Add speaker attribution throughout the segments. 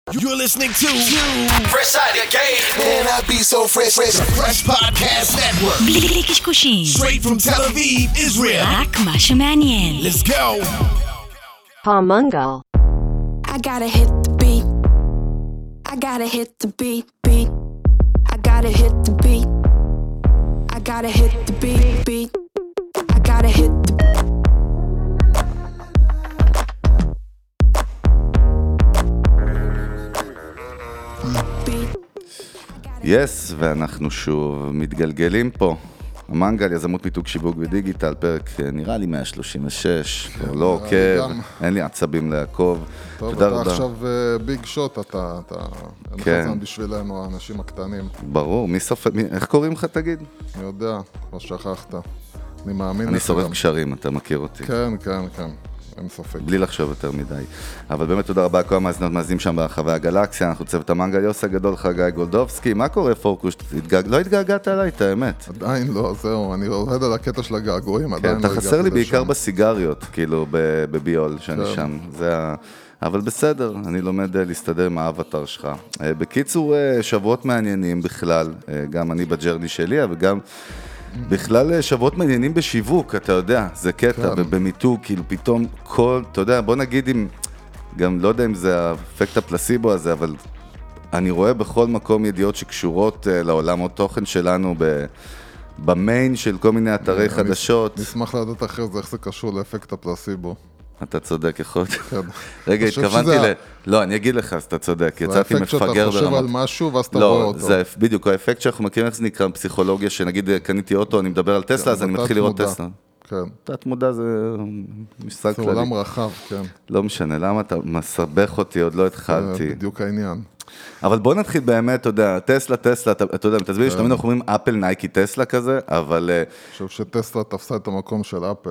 Speaker 1: You're listening to
Speaker 2: Fresh Out of Game.
Speaker 1: Man, I be so fresh. Fresh Podcast Network.
Speaker 3: בלי קשקושים.
Speaker 1: Straight from Tel Aviv, Israel.
Speaker 3: רק מה שמעניין.
Speaker 1: Let's go.
Speaker 4: Palmungal.
Speaker 5: I gotta hit the beat. I gotta hit the beat. I gotta hit the beat. I gotta hit the beat. I gotta hit the beat.
Speaker 6: יס, ואנחנו שוב מתגלגלים פה. המנגל, יזמות מיתוג שיווק ודיגיטל, פרק נראה לי 136, לא עוקב, אין לי עצבים לעקוב.
Speaker 7: טוב, אתה עכשיו ביג שוט, אתה נחזן בשבילנו, האנשים הקטנים.
Speaker 6: ברור, מי סופר, איך קוראים לך תגיד?
Speaker 7: אני יודע, לא שכחת. אני מאמין.
Speaker 6: אני שורף קשרים, אתה מכיר אותי.
Speaker 7: כן. אין ספק.
Speaker 6: בלי לחשוב יותר מדי. אבל באמת תודה רבה, כל המאזינות מאזינים שם ברחבי הגלקסיה, אנחנו צוות המנגל יוסי הגדול, חגי גולדובסקי, מה קורה פורקוש? לא התגעגעת עליי, את האמת.
Speaker 7: עדיין לא, זהו, אני עובד על הקטע של הגעגועים, עדיין לא
Speaker 6: אתה
Speaker 7: הגעתי
Speaker 6: חסר לי
Speaker 7: לשם.
Speaker 6: בעיקר בסיגריות, כאילו בביול שאני שם, אבל בסדר, אני לומד להסתדר עם האבטר שלך. בקיצור, שבועות מעניינים בכלל, גם אני בג'רני שלי, אבל גם בכלל שבועות מעניינים בשיווק, אתה יודע, זה קטע, ובמיתוג, כאילו פתאום כל, אתה יודע, בוא נגיד אם, גם לא יודע אם זה האפקט הפלסיבו הזה, אבל אני רואה בכל מקום ידיעות שקשורות לעולם או תוכן שלנו במיין של כל מיני אתרי חדשות.
Speaker 7: נשמח לדעת אחרי זה איך זה קשור לאפקט הפלסיבו.
Speaker 6: אתה צודק, יכול להיות. רגע, התכוונתי לא, אני אגיד לך, אז אתה צודק. יצאתי מפגר ברמת.
Speaker 7: זה האפקט שאתה חושב על משהו, ואז אתה רואה אותו.
Speaker 6: לא, זה בדיוק, האפקט שאנחנו מכירים, איך זה נקרא פסיכולוגיה, שנגיד קניתי אוטו, אני מדבר על טסלה, אז אני מתחיל לראות טסלה.
Speaker 7: כן.
Speaker 6: תת מודע זה משחק כללי.
Speaker 7: זה עולם רחב, כן.
Speaker 6: לא משנה, למה אתה מסבך אותי, עוד לא התחלתי.
Speaker 7: זה בדיוק העניין.
Speaker 6: אבל בוא נתחיל באמת, אתה יודע, טסלה, אתה יודע, תסביר לי שתמיד אנחנו אומרים אפל, נייקי, טסלה כזה, אבל
Speaker 7: אני חושב שטסלה תפסה את המקום של אפל.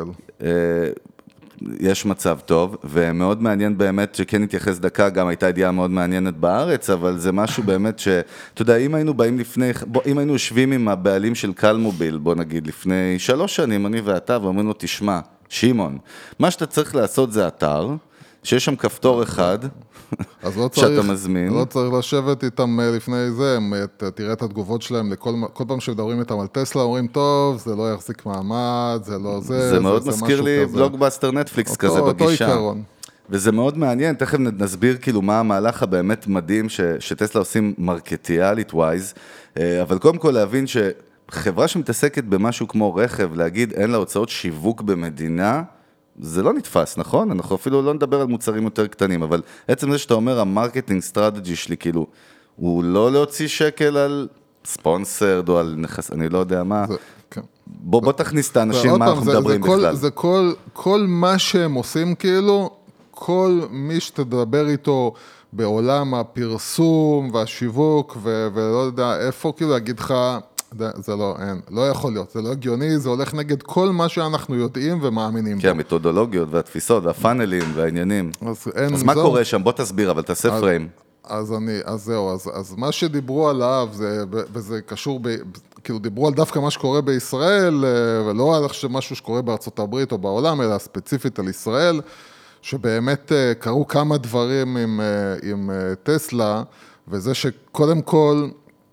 Speaker 6: יש מצב טוב, ומאוד מעניין באמת שכן נתייחס דקה, גם הייתה ידיעה מאוד מעניינת בארץ, אבל זה משהו באמת אתה יודע, אם היינו באים אם היינו יושבים עם הבעלים של קלמוביל, בוא נגיד, לפני 3 שנים, אני ואתה, ואומרים לו, תשמע, שמעון, מה שאתה צריך לעשות זה אתר, שיש שם כפתור אחד, שאתה מזמין.
Speaker 7: לא צריך לשבת איתם לפני זה, תראה את התגובות שלהם, כל פעם שמדברים איתם על טסלה, אומרים, טוב, זה לא יחזיק מעמד, זה לא זה.
Speaker 6: זה מאוד מזכיר לי בלוגבאסטר נטפליקס כזה בגישה.
Speaker 7: אותו עיקרון.
Speaker 6: וזה מאוד מעניין, תכף נסביר כאילו מה המהלך הבאמת מדהים שטסלה עושים מרקטיאלית ווייז, אבל קודם כל להבין שחברה שמתעסקת במשהו כמו רכב, להגיד אין לה הוצאות שיווק במדינה, זה לא נתפס, נכון? אנחנו אפילו לא נדבר על מוצרים יותר קטנים, אבל עצם זה שאתה אומר, המרקטינג סטרטג'י שלי, כאילו, הוא לא להוציא שקל על ספונסרד או על נכס, אני לא יודע מה. בוא תכניס את האנשים, מה אנחנו מדברים בכלל.
Speaker 7: זה כל מה שהם עושים, כאילו, כל מי שתדבר איתו בעולם הפרסום והשיווק, ולא יודע איפה, כאילו, להגיד לך, זה לא יכול להיות, זה לא הגיוני, זה הולך נגד כל מה שאנחנו יודעים ומאמינים.
Speaker 6: כן, המתודולוגיות והתפיסות והפאנלים והעניינים. אז מה קורה שם? בוא תסביר, אבל תעשה פריים.
Speaker 7: אז זהו, אז מה שדיברו עליו, וזה קשור, כאילו דיברו על דווקא מה שקורה בישראל, ולא על משהו שקורה בארצות הברית או בעולם, אלא ספציפית על ישראל, שבאמת קרו כמה דברים עם טסלה, וזה שקודם כל,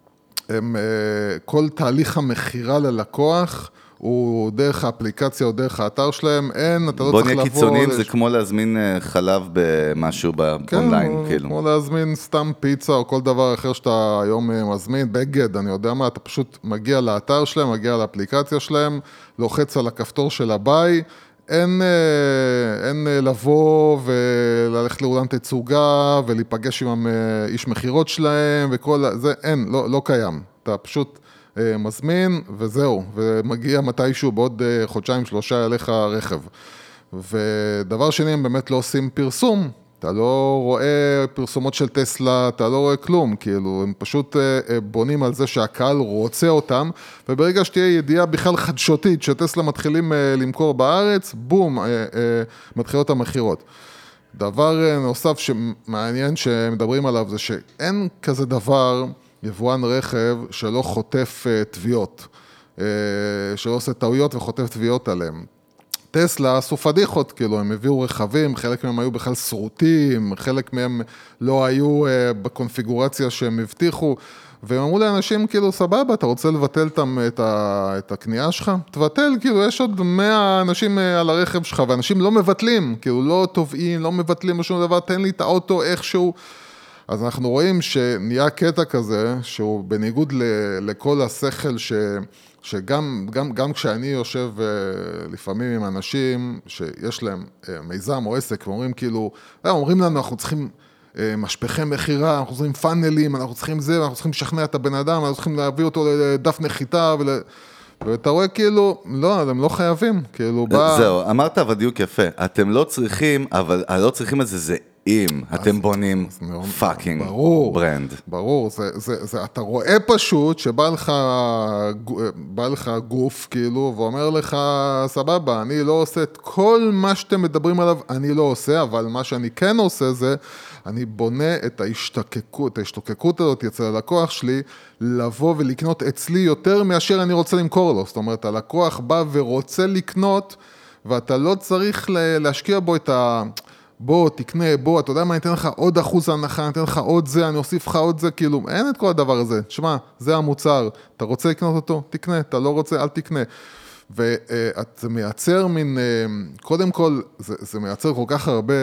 Speaker 7: כל תהליך המחירה ללקוח הוא דרך האפליקציה או דרך האתר שלהם, אתה לא צריך לבוא...
Speaker 6: בוא נהיה קיצוניים, זה כמו להזמין חלב במשהו באונליין, כאילו.
Speaker 7: כמו להזמין סתם פיצה או כל דבר אחר שאתה היום מזמין, בגד, אני יודע מה, אתה פשוט מגיע לאתר שלהם, מגיע לאפליקציה שלהם, לוחץ על הכפתור של הביי, אין לבוא וללכת לאולם תצוגה ולהיפגש עם איש מחירות שלהם וכל זה, אין, לא קיים. אתה פשוט מזמין וזהו, ומגיע מתישהו בעוד 1-3 חודשים אליך רכב. ודבר שני, הם באמת לא עושים פרסום, אתה לא רואה פרסומות של טסלה, אתה לא רואה כלום, כאילו, הם פשוט בונים על זה שהקהל רוצה אותם, וברגע שתהיה ידיעה בכלל חדשותית, שטסלה מתחילים למכור בארץ, בום, מתחילות המחירות. דבר נוסף שמעניין שמדברים עליו, זה שאין כזה דבר, יבואן רכב שלא חוטף תביעות, שלא עושה טעויות וחוטף תביעות עליהם. טסלה עשו פדיחות, כאילו, הם הביאו רכבים, חלק מהם היו בכלל סרוטים, חלק מהם לא היו בקונפיגורציה שהם הבטיחו, והם אמרו לאנשים, כאילו, סבבה, אתה רוצה לבטל את הקנייה שלך? תבטל, כאילו, יש עוד 100 אנשים על הרכב שלך, ואנשים לא מבטלים, כאילו, לא תובעים, לא מבטלים בשום דבר, תן לי את האוטו איכשהו. אז אנחנו רואים שנהיה קטע כזה, שהוא בניגוד לכל השכל שגם כשאני יושב לפעמים עם אנשים שיש להם מיזם או עסק, ואומרים כאילו, אומרים לנו, אנחנו צריכים משפחי מחירה, אנחנו צריכים פאנלים, אנחנו צריכים זה, אנחנו צריכים לשכנע את הבן אדם, אנחנו צריכים להביא אותו לדף נחיתה, ואתה רואה כאילו, לא, הם לא חייבים, כאילו בא...
Speaker 6: זהו, אמרת אבל דיוק יפה, אתם לא צריכים, אבל הלא צריכים את זה אם אתם בונים פאקינג ברנד.
Speaker 7: ברור, אתה רואה פשוט שבא לך גוף כאילו, ואומר לך, סבבה, אני לא עושה את כל מה שאתם מדברים עליו, אני לא עושה, אבל מה שאני כן עושה זה, אני בונה את ההשתוקקות הזאת אצל הלקוח שלי, לבוא ולקנות אצלי יותר מאשר אני רוצה למכור לו. זאת אומרת, הלקוח בא ורוצה לקנות, ואתה לא צריך להשקיע בו את ה... בוא, תקנה, בוא, אתה יודע מה, אני אתן לך עוד אחוז הנחה, אני אתן לך עוד זה, אני אוסיף לך עוד זה, כאילו, אין את כל הדבר הזה. תשמע, זה המוצר, אתה רוצה לקנות אותו, תקנה, אתה לא רוצה, אל תקנה. וזה מייצר מין, קודם כל, זה מייצר כל כך הרבה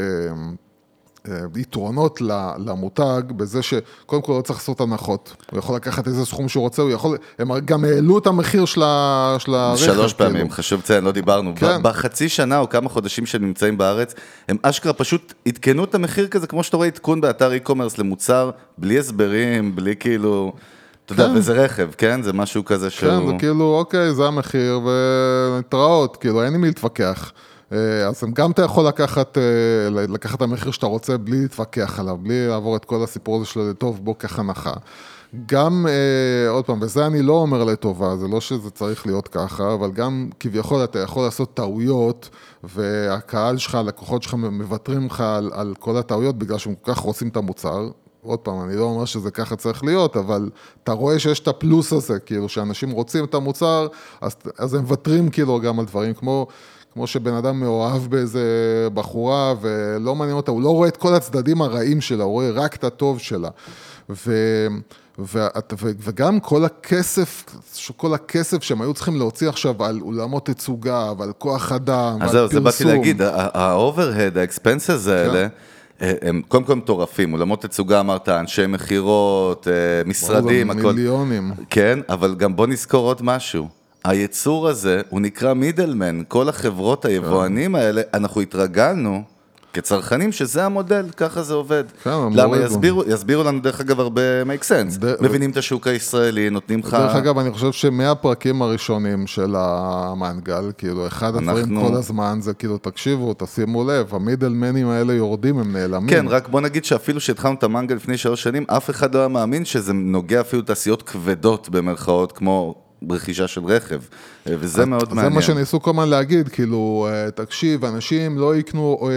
Speaker 7: יתרונות למותג, בזה שקודם כל לא צריך לעשות הנחות. הוא יכול לקחת איזה סכום שהוא רוצה, הם גם העלו את המחיר של הרכב.
Speaker 6: 3 פעמים, חשוב ציין, לא דיברנו. בחצי שנה או כמה חודשים שנמצאים בארץ, הם אשכרה פשוט עדכנו את המחיר כזה, כמו שאתה רואה עדכון באתר e-commerce למוצר, בלי הסברים, בלי כאילו... אתה יודע, וזה רכב, כן? זה משהו כזה שהוא...
Speaker 7: כן, זה כאילו, אוקיי, זה המחיר, ונתראות, כאילו, אין עם מי להתווכח. אז גם אתה יכול לקחת את המחיר שאתה רוצה בלי להתווכח עליו, בלי לעבור את כל הסיפור הזה שלו לטוב, בוא ככה הנחה. גם, עוד פעם, וזה אני לא אומר לטובה, זה לא שזה צריך להיות ככה, אבל גם כביכול אתה יכול לעשות טעויות, והקהל שלך, הלקוחות שלך מבטרים לך על כל הטעויות, בגלל שהם כל כך רוצים את המוצר. עוד פעם, אני לא אומר שזה ככה צריך להיות, אבל אתה רואה שיש את הפלוס הזה, כאילו שאנשים רוצים את המוצר, אז הם מבטרים כאילו גם על דברים כמו שבן אדם מאוהב באיזה בחורה, ולא מעניין אותה, הוא לא רואה את כל הצדדים הרעים שלה, הוא רואה רק את הטוב שלה. וגם כל הכסף שהם היו צריכים להוציא עכשיו על אולמות תצוגה, ועל כוח אדם, ועל פרסום. זה באתי
Speaker 6: להגיד, ה-overhead, ה-expenses האלה, הם קודם כל מטורפים, אולמות תצוגה אמרת, אנשי מחירות, משרדים, הכל.
Speaker 7: מיליונים.
Speaker 6: כן, אבל גם בוא נזכור עוד משהו. היצור הזה, הוא נקרא מידלמן, כל החברות היבואנים האלה, אנחנו התרגלנו כצרכנים שזה המודל, ככה זה עובד. למה? יסבירו לנו דרך אגב הרבה make sense. מבינים את השוק הישראלי, נותנים לך...
Speaker 7: דרך אגב, אני חושב שמהפרקים הראשונים של המנגל, כאילו אחד הדברים כל הזמן זה כאילו תקשיבו, תשימו לב, המידלמנים האלה יורדים, הם נעלמים.
Speaker 6: כן, רק בוא נגיד שאפילו שהתחלנו את המנגל לפני 3 שנים, אף אחד לא היה מאמין שזה נוגע אפילו תעשיות כבדות במרכאות, כמו... ברכישה של רכב, וזה מאוד מעניין.
Speaker 7: זה מה שניסו כל הזמן להגיד, כאילו, תקשיב, אנשים לא יקנו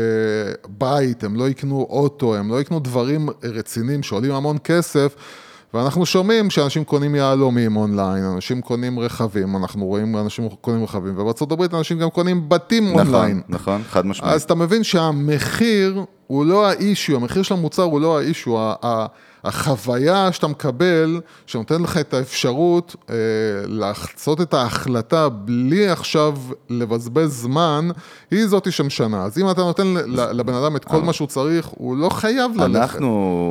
Speaker 7: בית, הם לא יקנו אוטו, הם לא יקנו דברים רציניים שעולים המון כסף, ואנחנו שומעים שאנשים קונים יהלומים אונליין, אנשים קונים רכבים, אנחנו רואים אנשים קונים רכבים, ובארצות הברית אנשים גם קונים בתים אונליין.
Speaker 6: נכון, חד משמעית.
Speaker 7: אז אתה מבין שהמחיר הוא לא האישו, המחיר של המוצר הוא לא האישו, החוויה שאתה מקבל, שנותן לך את האפשרות לחצות את ההחלטה בלי עכשיו לבזבז זמן, היא זאת שמשנה. אז אם אתה נותן לבן אדם את כל מה שהוא צריך, הוא לא חייב ללכת.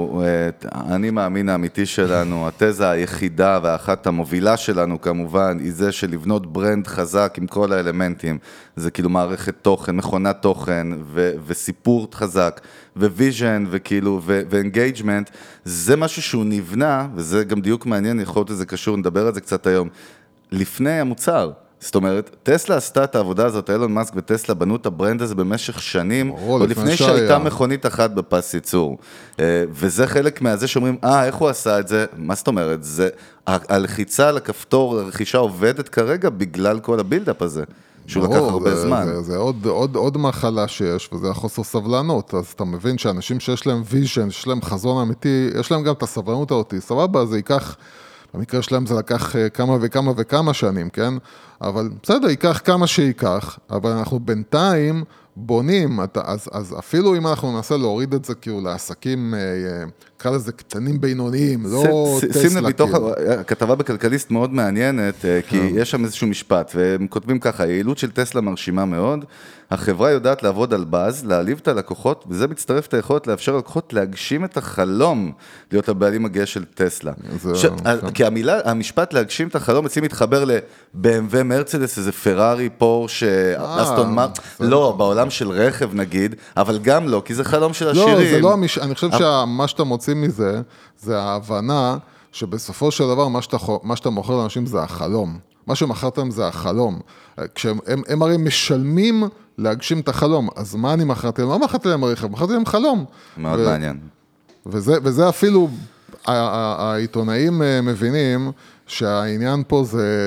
Speaker 6: אני מאמין האמיתי שלנו, התזה היחידה והאחת המובילה שלנו כמובן, היא זה של לבנות ברנד חזק עם כל האלמנטים. זה כאילו מערכת תוכן, מכונת תוכן וסיפור חזק, וויז'ן וכאילו, ואנגייג'מנט, זה משהו שהוא נבנה, וזה גם דיוק מעניין, יכול להיות שזה קשור, נדבר על זה קצת היום, לפני המוצר. זאת אומרת, טסלה עשתה את העבודה הזאת, אילון מאסק וטסלה בנו את הברנד הזה במשך שנים, עוד לפני שהייתה מכונית אחת בפס ייצור. וזה חלק מהזה שאומרים, איך הוא עשה את זה? מה זאת אומרת? הלחיצה על הכפתור, הרכישה עובדת כרגע בגלל כל הבילדאפ הזה. שהוא לקח הרבה זמן.
Speaker 7: זה עוד מחלה שיש, וזה החוסר סבלנות. אז אתה מבין שאנשים שיש להם ויז'ן, שיש להם חזון אמיתי, יש להם גם את הסבלנות האותי. סבבה, זה ייקח במקרה שלהם זה לקח כמה וכמה וכמה שנים, כן? אבל בסדר, ייקח כמה שייקח, אבל אנחנו בינתיים בונים, אז אפילו אם אנחנו ננסה להוריד את זה כאילו לעסקים, קרא לזה קטנים בינוניים, לא טסלה.
Speaker 6: שים לב, מתוך הכתבה בכלכליסט מאוד מעניינת, כי יש שם איזשהו משפט, והם כותבים ככה, היעילות של טסלה מרשימה מאוד, החברה יודעת לעבוד על באז, להעליב את הלקוחות, וזה מצטרף את היכולת לאפשר ללקוחות להגשים את החלום להיות הבעלים הגאה של טסלה. כי המשפט להגשים את החלום, אצלי מתחבר ל-BMW, מרצדס, איזה פרארי, פורש, אסטון מרק, לא, בעולם של רכב נגיד, אבל גם לא, כי זה חלום של עשירים.
Speaker 7: לא, זה לא, אני חושב שמה שאתה מוציא מזה, זה ההבנה שבסופו של דבר מה שאתה מוכר לאנשים זה החלום. מה שמכרתם זה החלום. כשהם הרי משלמים להגשים את החלום, אז מה אני מכרתי להם? לא מכרתי להם רכב, מכרתי להם חלום.
Speaker 6: מאוד מעניין.
Speaker 7: וזה אפילו, העיתונאים מבינים שהעניין פה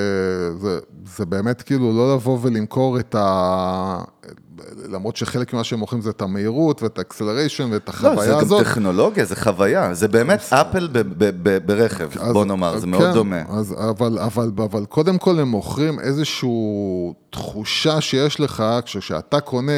Speaker 7: זה באמת כאילו לא לבוא ולמכור את למרות שחלק ממה שהם מוכרים זה את המהירות ואת האקסלריישן ואת החוויה הזאת.
Speaker 6: לא, זה גם טכנולוגיה, זה חוויה, זה באמת אפל ברכב, בוא נאמר, זה מאוד דומה.
Speaker 7: אבל קודם כל הם מוכרים איזושהי תחושה שיש לך, כשאתה קונה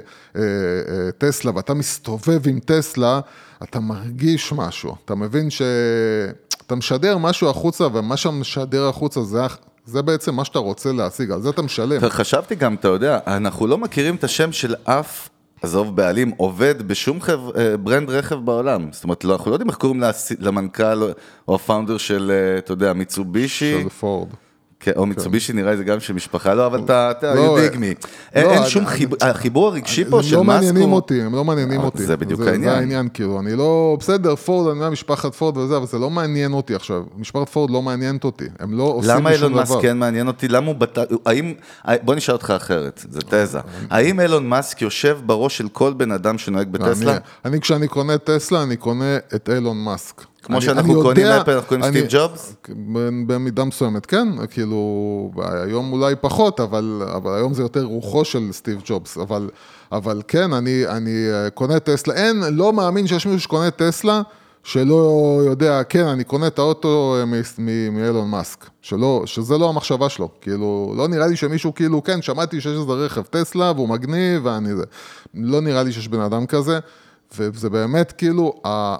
Speaker 7: טסלה ואתה מסתובב עם טסלה, אתה מרגיש משהו, אתה מבין שאתה משדר משהו החוצה, ומה שמשדר החוצה זה בעצם מה שאתה רוצה להשיג, על זה אתה משלם.
Speaker 6: חשבתי גם, אתה יודע, אנחנו לא מכירים את השם של אף, עזוב בעלים, עובד בשום ברנד רכב בעולם. זאת אומרת, אנחנו לא יודעים איך קוראים למנכ"ל או הפאונדר של, אתה יודע, מיצובישי.
Speaker 7: של פורד.
Speaker 6: או מיצובישי נראה זה גם של משפחה, לא, אבל אתה, you dig me. אין שום החיבור הרגשי פה של מאסק.
Speaker 7: הם לא מעניינים אותי.
Speaker 6: זה בדיוק העניין.
Speaker 7: זה העניין, כאילו, אני לא, בסדר, פורד, אני יודע משפחת פורד וזה, אבל זה לא מעניין אותי עכשיו. משפחת פורד לא מעניינת אותי. הם לא עושים
Speaker 6: למה
Speaker 7: בשום
Speaker 6: אילון
Speaker 7: דבר.
Speaker 6: מאסק כן מעניין אותי? למה הוא בוא נשאל אותך אחרת, זה תזה. האם אילון מאסק יושב בראש של כל בן אדם שנוהג בטסלה?
Speaker 7: כשאני קונה טסלה, אני קונה את אילון מאסק.
Speaker 6: כמו שאנחנו קונים אפל, אנחנו קונים סטיב ג'ובס?
Speaker 7: במידה מסוימת, כן, כאילו, היום אולי פחות, אבל היום זה יותר רוחו של סטיב ג'ובס, אבל כן, אני קונה טסלה, לא מאמין שיש מישהו שקונה טסלה, שלא יודע, כן, אני קונה את האוטו מאילון מאסק, שזה לא המחשבה שלו, כאילו, לא נראה לי שמישהו, כאילו, כן, שמעתי שיש איזה רכב טסלה, והוא מגניב, ואני זה, לא נראה לי שיש בן אדם כזה, וזה באמת, כאילו,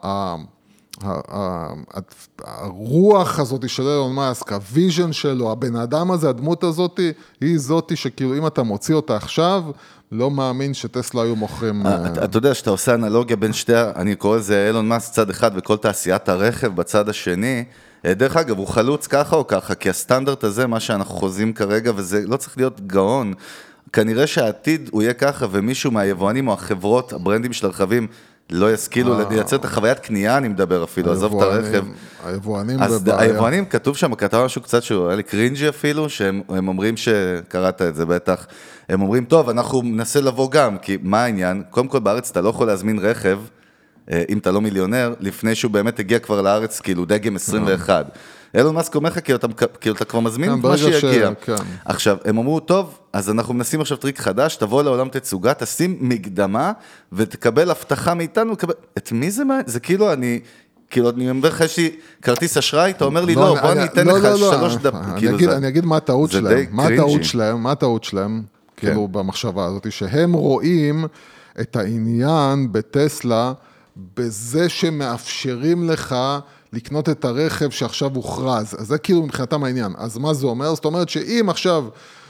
Speaker 7: הרוח הזאת של אילון מאסק, הוויז'ן שלו, הבן אדם הזה, הדמות הזאת, היא זאת שכאילו אם אתה מוציא אותה עכשיו, לא מאמין שטסלה היו מוכרים.
Speaker 6: אתה יודע שאתה עושה אנלוגיה בין שתי, אני קורא לזה אילון מאסק צד אחד וכל תעשיית הרכב בצד השני, דרך אגב, הוא חלוץ ככה או ככה, כי הסטנדרט הזה, מה שאנחנו חוזים כרגע, וזה לא צריך להיות גאון, כנראה שהעתיד הוא יהיה ככה, ומישהו מהיבואנים או החברות, הברנדים של הרכבים, לא ישכילו לייצר את החוויית קנייה, אני מדבר אפילו, עזוב את הרכב.
Speaker 7: היבואנים
Speaker 6: אז היבואנים, כתוב שם, כתב משהו קצת שהוא היה לי קרינג'י אפילו, שהם אומרים שקראת את זה בטח, הם אומרים, טוב, אנחנו ננסה לבוא גם, כי מה העניין? קודם כל בארץ אתה לא יכול להזמין רכב, אם אתה לא מיליונר, לפני שהוא באמת הגיע כבר לארץ, כאילו דגם 21. אילון מאסק אומר לך, כאילו אתה כבר מזמין מה שיגיע. עכשיו, הם אמרו, טוב, אז אנחנו מנסים עכשיו טריק חדש, תבוא לעולם תצוגה, תשים מקדמה, ותקבל הבטחה מאיתנו, את מי זה מעניין? זה כאילו אני אומר לך, יש לי כרטיס אשראי, אתה אומר לי, לא, בוא אני אתן לך 3 דקות.
Speaker 7: אני אגיד מה הטעות שלהם, מה הטעות שלהם, כאילו במחשבה הזאת, שהם רואים את העניין בטסלה, בזה שמאפשרים לך לקנות את הרכב שעכשיו הוכרז. אז זה כאילו מבחינתם העניין. אז מה זה אומר? זאת אומרת שאם עכשיו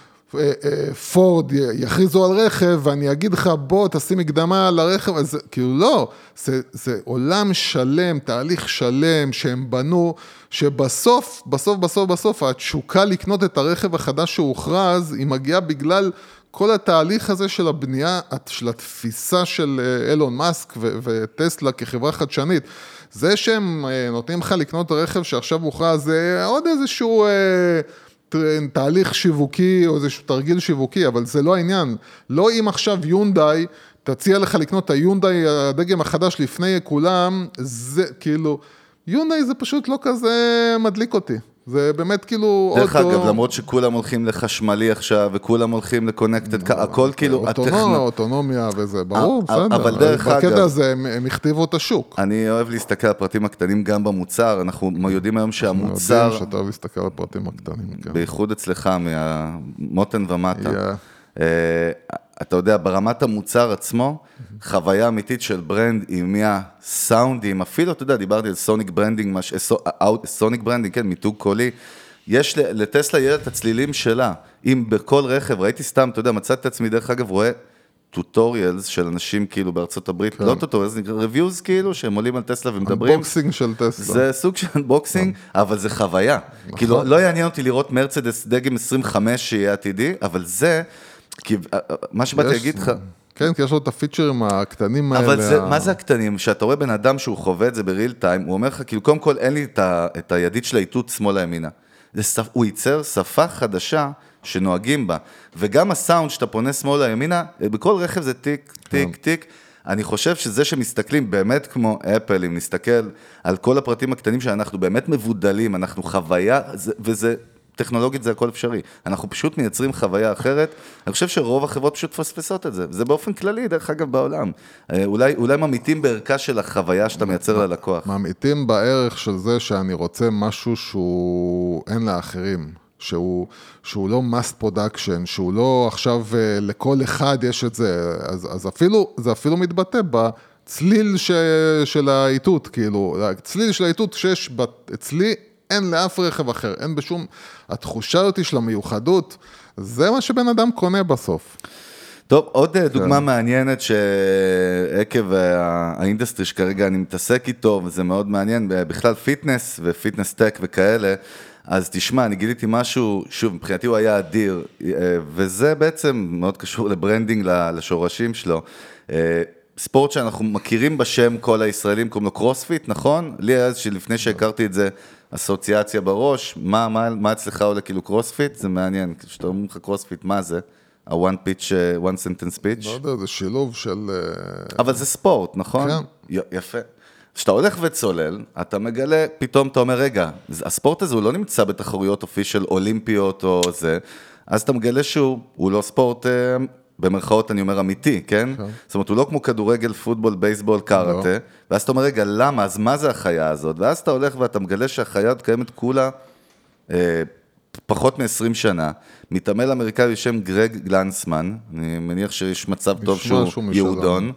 Speaker 7: פורד יכריזו על רכב, ואני אגיד לך, בוא תשים מקדמה על הרכב, אז כאילו לא, זה עולם שלם, תהליך שלם שהם בנו, שבסוף, בסוף, התשוקה לקנות את הרכב החדש שהוכרז, היא מגיעה בגלל כל התהליך הזה של הבנייה, של התפיסה של אילון מאסק וטסלה כחברה חדשנית, זה שהם נותנים לך לקנות רכב שעכשיו הוכרז, זה עוד איזשהו תהליך שיווקי או איזשהו תרגיל שיווקי, אבל זה לא העניין. לא אם עכשיו יונדאי תציע לך לקנות את היונדאי, הדגם החדש לפני כולם, זה כאילו, יונדאי זה פשוט לא כזה מדליק אותי. זה באמת כאילו
Speaker 6: דרך אגב, למרות שכולם הולכים לחשמלי עכשיו, וכולם הולכים לקונקטד, הכל כאילו...
Speaker 7: אוטונומיה וזה, ברור, בסדר.
Speaker 6: אבל דרך אגב...
Speaker 7: בקטע הזה הם הכתיבו את השוק.
Speaker 6: אני אוהב להסתכל על הפרטים הקטנים גם במוצר, אנחנו יודעים היום שהמוצר...
Speaker 7: אנחנו יודעים שאתה אוהב להסתכל על הפרטים הקטנים.
Speaker 6: בייחוד אצלך, מהמותן ומטה. אתה יודע, ברמת המוצר עצמו, חוויה אמיתית של ברנד עם מהסאונדים, אפילו, אתה יודע, דיברתי על סוניק ברנדינג, סוניק ברנדינג, כן, מיתוג קולי, יש לטסלה יהיה את הצלילים שלה, אם בכל רכב, ראיתי סתם, אתה יודע, מצאתי את עצמי, דרך אגב, רואה טוטוריאלס של אנשים כאילו בארצות הברית, לא טוטוריאלס, נקרא ריוויוז כאילו, שהם עולים על טסלה ומדברים.
Speaker 7: אנבוקסינג של טסלה.
Speaker 6: זה סוג של אנבוקסינג, אבל זה חוויה. כאילו, לא יעניין אותי לראות מרצדס דגם 25 שיהיה עתידי, אבל זה... כי מה שבאתי להגיד לך...
Speaker 7: כן, כי יש לו את הפיצ'רים הקטנים האלה.
Speaker 6: אבל מה זה הקטנים? שאתה רואה בן אדם שהוא חווה את זה בריל טיים, הוא אומר לך, כאילו, קודם כל אין לי את הידית של האיתות שמאלה ימינה. הוא ייצר שפה חדשה שנוהגים בה, וגם הסאונד שאתה פונה שמאלה ימינה, בכל רכב זה טיק, טיק, טיק. אני חושב שזה שמסתכלים באמת כמו אפל, אם נסתכל על כל הפרטים הקטנים שאנחנו באמת מבודלים, אנחנו חוויה, וזה... טכנולוגית זה הכל אפשרי. אנחנו פשוט מייצרים חוויה אחרת. אני חושב שרוב החברות פשוט פספסות את זה. זה באופן כללי, דרך אגב, בעולם. אולי ממיתים בערכה של החוויה שאתה מייצר ללקוח.
Speaker 7: ממיתים בערך של זה שאני רוצה משהו שהוא אין לאחרים. שהוא לא mass production, שהוא לא עכשיו לכל אחד יש את זה. אז זה אפילו מתבטא בצליל של האיתות, כאילו, הצליל של האיתות שיש אצלי, אין לאף רכב אחר, אין בשום, התחושה אותי של המיוחדות, זה מה שבן אדם קונה בסוף.
Speaker 6: טוב, עוד דוגמה מעניינת שעקב האינדסטרי שכרגע אני מתעסק איתו, וזה מאוד מעניין, בכלל פיטנס ופיטנס טק וכאלה, אז תשמע, אני גיליתי משהו, שוב, מבחינתי הוא היה אדיר, וזה בעצם מאוד קשור לברנדינג, לשורשים שלו, ספורט שאנחנו מכירים בשם כל הישראלים, קוראים לו קרוספיט, נכון? לי היה שלפני שהכרתי את זה, אסוציאציה בראש, מה אצלך עולה כאילו קרוספיט? זה מעניין, כשאתה אומר לך קרוספיט, מה זה? ה-one sentence pitch?
Speaker 7: לא יודע, זה שילוב של...
Speaker 6: אבל זה ספורט, נכון?
Speaker 7: כן.
Speaker 6: יפה. כשאתה הולך וצולל, אתה מגלה, פתאום אתה אומר, רגע, הספורט הזה הוא לא נמצא בתחרויות אופישל אולימפיות או זה, אז אתה מגלה שהוא לא ספורט... במרכאות אני אומר אמיתי, כן? זאת אומרת, הוא לא כמו כדורגל, פוטבול, בייסבול, קראטה, ואז אתה אומר, רגע, למה? אז מה זה החיה הזאת? ואז אתה הולך ואתה מגלה שהחיה קיימת כולה פחות מ-20 שנה, מתעמל אמריקאי בשם גרג גלנסמן, אני מניח שיש מצב טוב שהוא יהודון,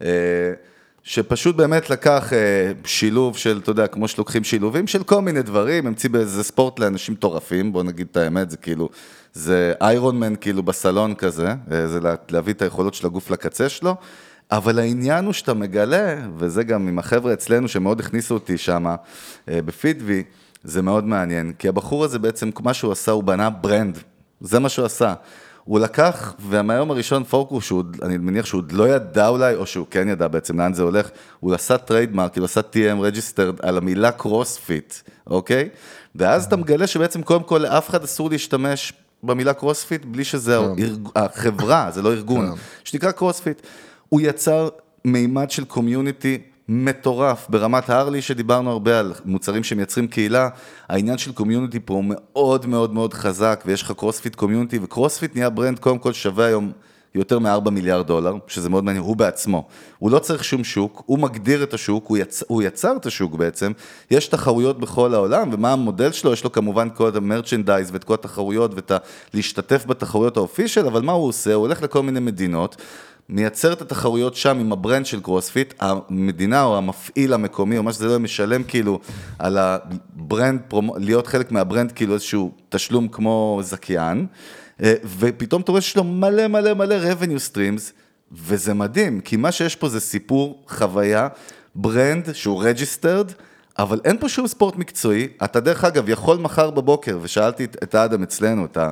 Speaker 6: שפשוט באמת לקח שילוב של, אתה יודע, כמו שלוקחים שילובים של כל מיני דברים, המציא באיזה ספורט לאנשים טורפים, בוא נגיד את האמת, זה כאילו, זה איירון מן כאילו בסלון כזה, זה להביא את היכולות של הגוף לקצה שלו, אבל העניין הוא שאתה מגלה, וזה גם עם החבר'ה אצלנו שמאוד הכניסו אותי שם, בפידווי, זה מאוד מעניין, כי הבחור הזה בעצם, מה שהוא עשה, הוא בנה ברנד, זה מה שהוא עשה. הוא לקח, ומהיום הראשון פוקוס, אני מניח שהוא עוד לא ידע אולי, או שהוא כן ידע בעצם לאן זה הולך, הוא עשה טריידמרק, הוא עשה TM registered על המילה קרוספיט, אוקיי? ואז אתה מגלה שבעצם קודם כל לאף אחד אסור להשתמש במילה קרוספיט, בלי שזה החברה, זה לא ארגון, שתקרא קרוספיט. הוא יצר מימד של קומיוניטי מטורף, ברמת ההרלי שדיברנו הרבה על מוצרים שמייצרים קהילה, העניין של קומיוניטי פה הוא מאוד מאוד מאוד חזק, ויש לך קרוספיט קומיוניטי, וקרוספיט נהיה ברנד קודם כל שווה היום יותר מ$4 מיליארד, שזה מאוד מעניין, הוא בעצמו, הוא לא צריך שום שוק, הוא מגדיר את השוק, הוא יצר את השוק בעצם, יש תחרויות בכל העולם, ומה המודל שלו? יש לו כמובן כל המרצ'נדייז ואת כל התחרויות, להשתתף בתחרויות האופישל, אבל מה הוא עושה? הוא הולך לכל מיני מדינות, מייצר את התחרויות שם עם הברנד של קרוספיט, המדינה או המפעיל המקומי, או מה שזה לא משלם כאילו על הברנד, להיות חלק מהברנד כאילו איזשהו תשלום כמו זכיין, ופתאום אתה רואה שיש לו מלא מלא מלא revenue streams, וזה מדהים, כי מה שיש פה זה סיפור, חוויה, ברנד שהוא registered, אבל אין פה שום ספורט מקצועי, אתה דרך אגב יכול מחר בבוקר, ושאלתי את האדם אצלנו, את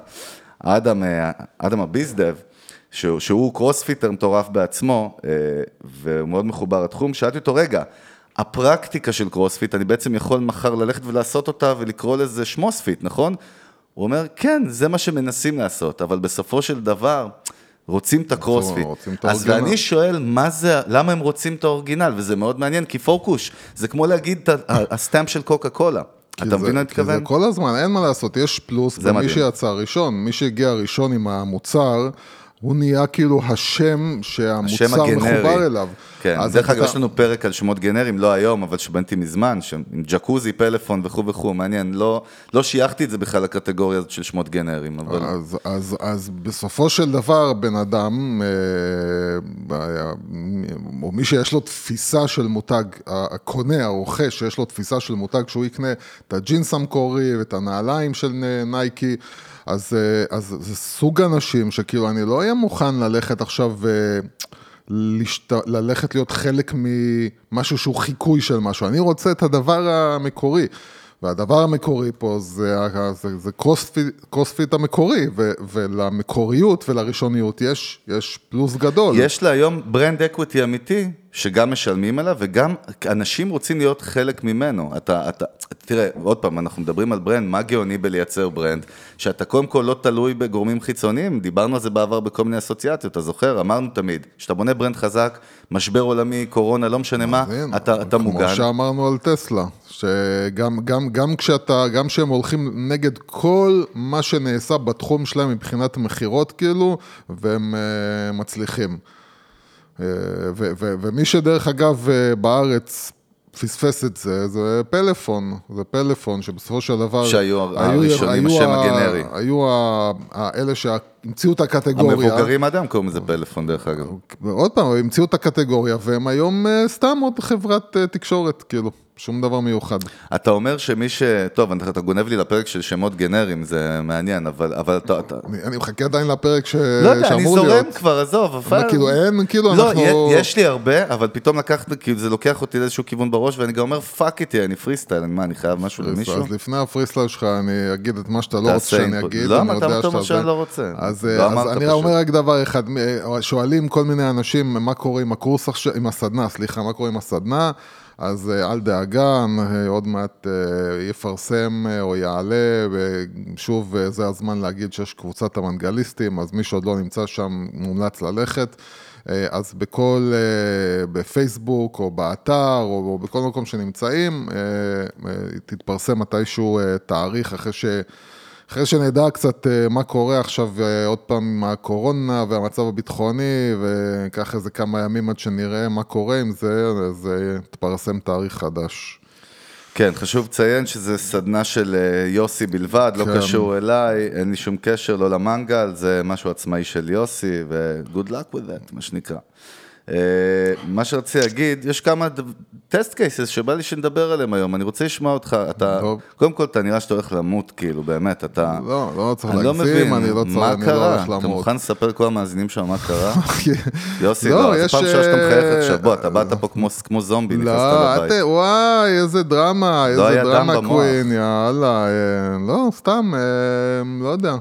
Speaker 6: האדם הביזדב, שהוא קרוספיטר מטורף בעצמו, והוא מאוד מחובר לתחום, שאלתי אותו, רגע, הפרקטיקה של קרוספיט, אני בעצם יכול מחר ללכת ולעשות אותה, ולקרוא לזה שמוספיט, נכון? הוא אומר, כן, זה מה שמנסים לעשות, אבל בסופו של דבר, רוצים את הקרוספיט. אז ואני שואל, מה זה, למה הם רוצים את האורגינל? וזה מאוד מעניין, כי פורקוש, זה כמו להגיד הסטאמפ של קוקה קולה. אתה מבין מה
Speaker 7: כי זה
Speaker 6: מתכוון?
Speaker 7: כל הזמן, אין מה לעשות, יש פלוס, ומי שיצא ראשון, מי שהגיע ראשון עם המוצר, הוא נהיה כאילו השם שהמוצר מחובר אליו.
Speaker 6: כן, דרך אגב, יש לנו פרק על שמות גנרים, לא היום, אבל שבנתי מזמן, עם ג'קוזי, פלאפון וכו' וכו', מעניין, לא שייכתי את זה בכלל לקטגוריה הזאת של שמות גנרים.
Speaker 7: אז בסופו של דבר, בן אדם, או מי שיש לו תפיסה של מותג, הקונה, הרוכש, שיש לו תפיסה של מותג, שהוא יקנה את הג'ינס המקורי ואת הנעליים של נייקי, אז זה סוג אנשים שכאילו אני לא אהיה מוכן ללכת עכשיו ללכת להיות חלק ממשהו שהוא חיקוי של משהו. אני רוצה את הדבר המקורי, והדבר המקורי פה זה קרוספיט המקורי, ולמקוריות ולראשוניות יש פלוס גדול.
Speaker 6: יש לה היום ברנד אקוויטי אמיתי, שגם משלמים עליו, וגם אנשים רוצים להיות חלק ממנו. תראה, עוד פעם, אנחנו מדברים על ברנד, מה גאוני בלייצר ברנד? שאתה קודם כל לא תלוי בגורמים חיצוניים, דיברנו על זה בעבר בכל מיני אסוציאציות, אתה זוכר? אמרנו תמיד, שאתה בונה ברנד חזק, משבר עולמי, קורונה, לא משנה מה, אתה מוגן.
Speaker 7: כמו שאמרנו על טסלה, גם כשהם הולכים נגד כל מה שנעשה בתחום שלהם מבחינת מחירות כאילו, והם מצליחים. ומי שדרך אגב בארץ פספס את זה, זה פלאפון שבסופו של דבר
Speaker 6: שהיו הראשונים, השם הגנרי.
Speaker 7: היו האלה שהמציאו את הקטגוריה.
Speaker 6: המבוגרים אדם קוראים לזה פלאפון דרך אגב.
Speaker 7: עוד פעם, המציאו את הקטגוריה, והם היום סתם עוד חברת תקשורת, כאילו. שום דבר מיוחד.
Speaker 6: אתה אומר שמי טוב, אתה גונב לי לפרק של שמות גנרים, זה מעניין, אבל אתה...
Speaker 7: אני מחכה עדיין לפרק שאמור להיות.
Speaker 6: לא יודע, אני זורם כבר, עזוב, אבל...
Speaker 7: כאילו אין, כאילו
Speaker 6: לא,
Speaker 7: אנחנו...
Speaker 6: יש לי הרבה, אבל פתאום כאילו זה לוקח אותי לאיזשהו כיוון בראש, ואני גם אומר, פאק איתי, אני פריסטייל, אני חייב משהו למישהו?
Speaker 7: אז לפני הפריסטייל שלך, אני אגיד את מה שאתה לא רוצה שאני אגיד.
Speaker 6: לא, אתה אומר שאני לא רוצה.
Speaker 7: אז אני אומר רק דבר אחד, שואלים כל מיני אנשים, מה קורה עם הקורס עכשיו, עם הסדנה, סליחה, מה קורה עם הסדנה? אז אל דאגה, עוד מעט יפרסם או יעלה, ושוב זה הזמן להגיד שיש קבוצת המנגליסטים, אז מי שעוד לא נמצא שם מומלץ ללכת, אז בפייסבוק או באתר או בכל מקום שנמצאים, תתפרסם מתישהו תאריך אחרי שנדע קצת מה קורה עכשיו עוד פעם עם הקורונה והמצב הביטחוני, וכך איזה כמה ימים עד שנראה מה קורה עם זה, אז תפרסם תאריך חדש.
Speaker 6: כן, חשוב לציין שזה סדנה של יוסי בלבד, לא קשור אליי, אין לי שום קשר, לא למנגל, זה משהו עצמאי של יוסי, ו-good luck with that, מה שנקרא. מה שרציתי להגיד, יש כמה טסט קייסס שבא לי שנדבר עליהם היום, אני רוצה לשמוע אותך, קודם כל אתה נראה שאתה הולך למות, כאילו, באמת, אתה...
Speaker 7: לא צריך להגזים, אני לא הולך למות.
Speaker 6: אתה מוכן לספר כל המאזינים שם מה קרה? יוסי, לא, זה פעם שאתה מחייך עכשיו, בוא, אתה באת פה כמו זומבי, נכנסת לבית.
Speaker 7: וואי, איזה דרמה, קווין, יאללה, לא, סתם, לא יודע,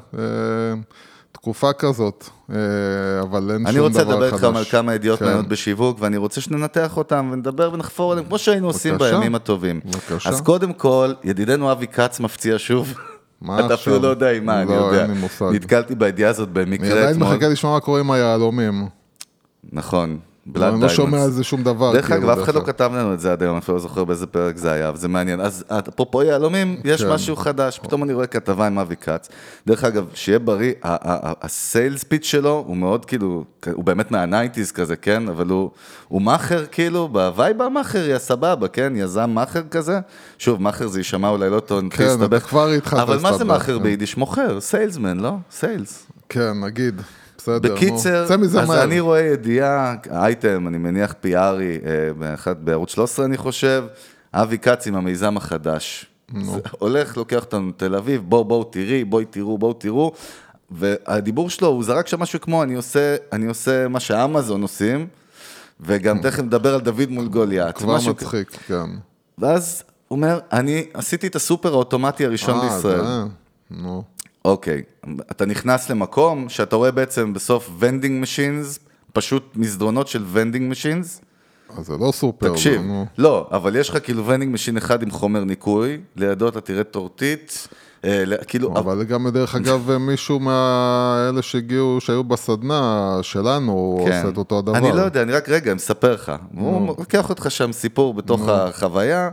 Speaker 7: תקופה כזאת, אבל אין שום דבר חדש.
Speaker 6: אני רוצה לדבר איתכם על כמה ידיעות מעניינות בשיווק, ואני רוצה שננתח אותם ונדבר ונחפור עליהם, כמו שהיינו עושים בימים הטובים. אז קודם כל, ידידנו אבי כץ מפציע שוב. אתה אפילו לא יודע עם מה, אני יודע. נתקלתי בידיעה הזאת במקרה.
Speaker 7: אני עדיין מחכה לשמוע מה קורה עם היהלומים.
Speaker 6: נכון.
Speaker 7: אני לא שומע על זה שום דבר.
Speaker 6: דרך אגב, אף אחד לא כתב לנו את זה עד היום, אני לא זוכר באיזה פרק זה היה, וזה מעניין. אז אפרופו יהלומים, יש משהו חדש, פתאום אני רואה כתבה עם אבי כץ. דרך אגב, שיהיה בריא, הסיילס פיץ' שלו הוא מאוד כאילו, הוא באמת מה-90s כזה, כן? אבל הוא מאחר כאילו, בווייב המאחר היא הסבבה, כן? יזם מאחר כזה. שוב, מאחר זה יישמע אולי לא טון,
Speaker 7: כן, אתה כבר התחלת.
Speaker 6: אבל מה זה מאחר ביידיש? מוכר, סיילסמן, לא? סיילס.
Speaker 7: כן, נגיד.
Speaker 6: בקיצר, אז אני רואה ידיעה, אייטם, אני מניח פיארי, בערוץ 13 אני חושב, אבי כץ עם המיזם החדש. הולך, לוקח אותנו תל אביב, בואו תראי, בואו תראו, והדיבור שלו, הוא זרק שם משהו כמו, אני עושה מה שאמזון עושים, וגם תכף נדבר על דוד מול גוליית.
Speaker 7: כבר מצחיק, כן.
Speaker 6: ואז הוא אומר, אני עשיתי את הסופר האוטומטי הראשון בישראל.
Speaker 7: נו.
Speaker 6: אוקיי, אתה נכנס למקום שאתה רואה בעצם בסוף vending machines, פשוט מסדרונות של vending machines.
Speaker 7: אז זה לא סופר.
Speaker 6: תקשיב, לא, אבל יש לך כאילו vending machine אחד עם חומר ניקוי, לידו אתה תראה טורטית, כאילו...
Speaker 7: אבל גם דרך אגב מישהו מהאלה שהיו בסדנה שלנו, עושה את אותו הדבר.
Speaker 6: אני לא יודע, אני רק רגע, מספר לך. הוא לוקח אותך שם סיפור בתוך החוויה,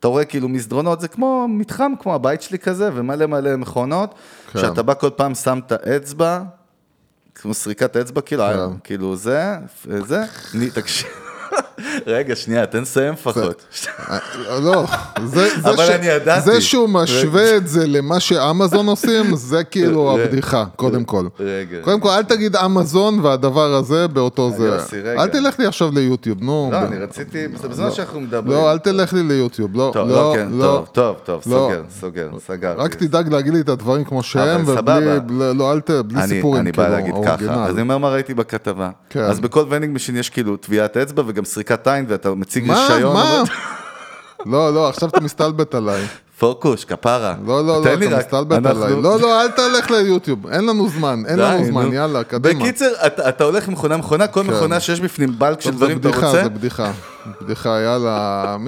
Speaker 6: אתה רואה כאילו מסדרונות, זה כמו מתחם, כמו הבית שלי כזה, ומלא מלא מכונות, שאתה בא כל פעם, שם את האצבע, כמו סריקת האצבע, כאילו זה, תקשיב. רגע, שנייה, תן סיים לפחות.
Speaker 7: לא, זה שהוא משווה את זה למה שאמזון עושים, זה כאילו הבדיחה, קודם כל. קודם כל, אל תגיד אמזון והדבר הזה באותו זה. אל תלך לי עכשיו ליוטיוב, נו.
Speaker 6: לא, אני רציתי, בזמן שאנחנו מדברים.
Speaker 7: לא, אל תלך לי ליוטיוב, לא, לא.
Speaker 6: טוב, סגר.
Speaker 7: רק תדאג להגיד לי את הדברים כמו שהם, ובלי סיפורים.
Speaker 6: אני בא להגיד ככה, אז אני אומר מה ראיתי בכתבה. אז בכל ונינג משין יש כאילו טביעת אצבע וגם סריקת עין, ואתה מציג רישיון.
Speaker 7: מה? לא, עכשיו אתה מסתלבט עליי.
Speaker 6: פוקוש, כפרה.
Speaker 7: לא, אתה מסתלבט עליי. לא, אל תלך ליוטיוב, אין לנו זמן, יאללה, קדימה.
Speaker 6: בקיצר, אתה הולך מכונה, כל מכונה שיש בפנים בלק של דברים אתה רוצה.
Speaker 7: זה בדיחה, יאללה,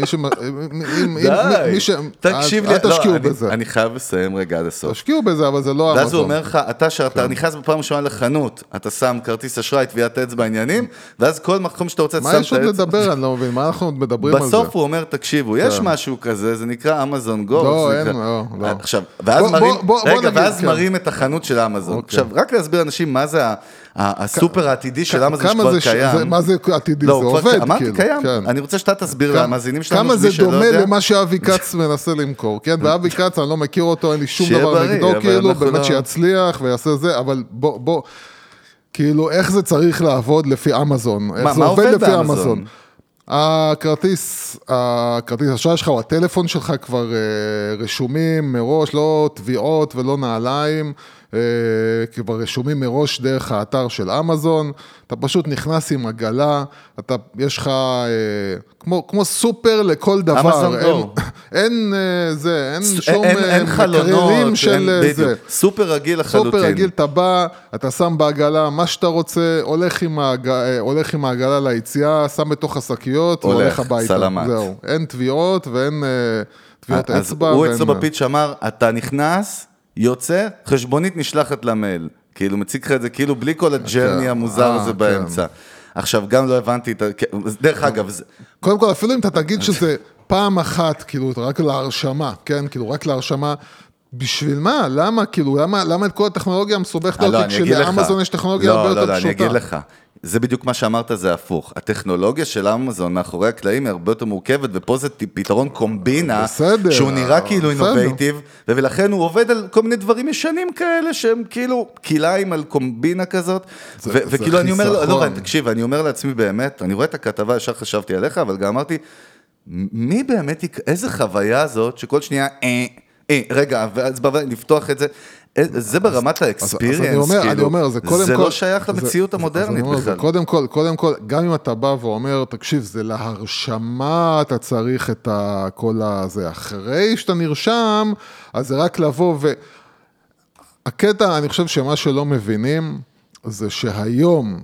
Speaker 6: תקשיב לי,
Speaker 7: אל תשקיעו בזה.
Speaker 6: אני חייב לסיים רגע עד הסוף.
Speaker 7: תשקיעו בזה, אבל זה לא אמזון.
Speaker 6: ואז הוא אומר לך, אתה נכנס בפעם ראשונה לחנות, אתה שם כרטיס אשראי, טביעת אצבע בעניינים, ואז כל מקום שאתה רוצה,
Speaker 7: מה יש עוד לדבר? אני לא מבין, מה אנחנו מדברים על זה?
Speaker 6: בסוף הוא אומר, תקשיבו, יש משהו כזה, זה נקרא אמזון גו.
Speaker 7: לא, אין, לא.
Speaker 6: עכשיו, ואז מראים את החנות של אמזון. עכשיו, רק להסביר אנשים מה זה הסופר העתידי של אמזון שכבר קיים.
Speaker 7: מה זה עתידי? זה עובד,
Speaker 6: אמרתי קיים. אני רוצה שאתה תסביר למאזינים שלנו.
Speaker 7: כמה זה דומה למה שאבי כץ מנסה למכור, כן? ואבי כץ, אני לא מכיר אותו, אין לי שום דבר נגדו, כאילו, באמת שיצליח ויעשה זה, אבל בוא, כאילו, איך זה צריך לעבוד לפי אמזון? איך זה עובד לפי אמזון? הכרטיס השעה שלך או הטלפון שלך כבר רשומים מראש, לא תביעות ולא נעליים, כבר רשומים מראש דרך האתר של אמזון, אתה פשוט נכנס עם עגלה, יש לך כמו סופר לכל דבר, אין שום מקררים של זה.
Speaker 6: סופר רגיל לחלוטין.
Speaker 7: סופר רגיל, אתה בא, אתה שם בעגלה מה שאתה רוצה, הולך עם העגלה ליציאה, שם בתוך השקיות, והולך הביתה.
Speaker 6: סלמת.
Speaker 7: זהו, אין תביעות ואין תביעות אצבע.
Speaker 6: הוא אצלו בפיץ' אמר, אתה נכנס, יוצא, חשבונית נשלחת למייל. כאילו מציג לך את זה, כאילו בלי כל הג'רני המוזר הזה באמצע. עכשיו, גם לא הבנתי, דרך אגב,
Speaker 7: קודם כל, אפילו אם אתה תגיד שזה פעם אחת, כאילו, רק להרשמה, כן? כאילו, רק להרשמה, בשביל מה? למה? כאילו, למה את כל הטכנולוגיה המסובכת אותי, כשלאמזון יש טכנולוגיה הרבה יותר פשוטה?
Speaker 6: אני אגיד לך. זה בדיוק מה שאמרת, זה הפוך. הטכנולוגיה של אמזון מאחורי הקלעים היא הרבה יותר מורכבת, ופה זה פתרון קומבינה,
Speaker 7: בסדר,
Speaker 6: שהוא נראה כאילו אינובייטיב, ולכן הוא עובד על כל מיני דברים ישנים כאלה, שהם כאילו קיליים על קומבינה כזאת, וכאילו אני אומר, לא, תקשיב, אני אומר לעצמי באמת, אני רואה את הכתבה, ישר חשבתי עליך, אבל גם אמרתי, מי באמת, איזה חוויה הזאת, שכל שנייה, רגע, ואז לפתוח את זה, זה ברמת האקספיריאנס, זה לא שייך למציאות המודרנית בכלל.
Speaker 7: קודם כל, גם אם אתה בא ואומר, תקשיב, זה להרשמה, אתה צריך את כל הזה. אחרי שאתה נרשם, אז זה רק לבוא הקטע, אני חושב שמה שלא מבינים, זה שהיום,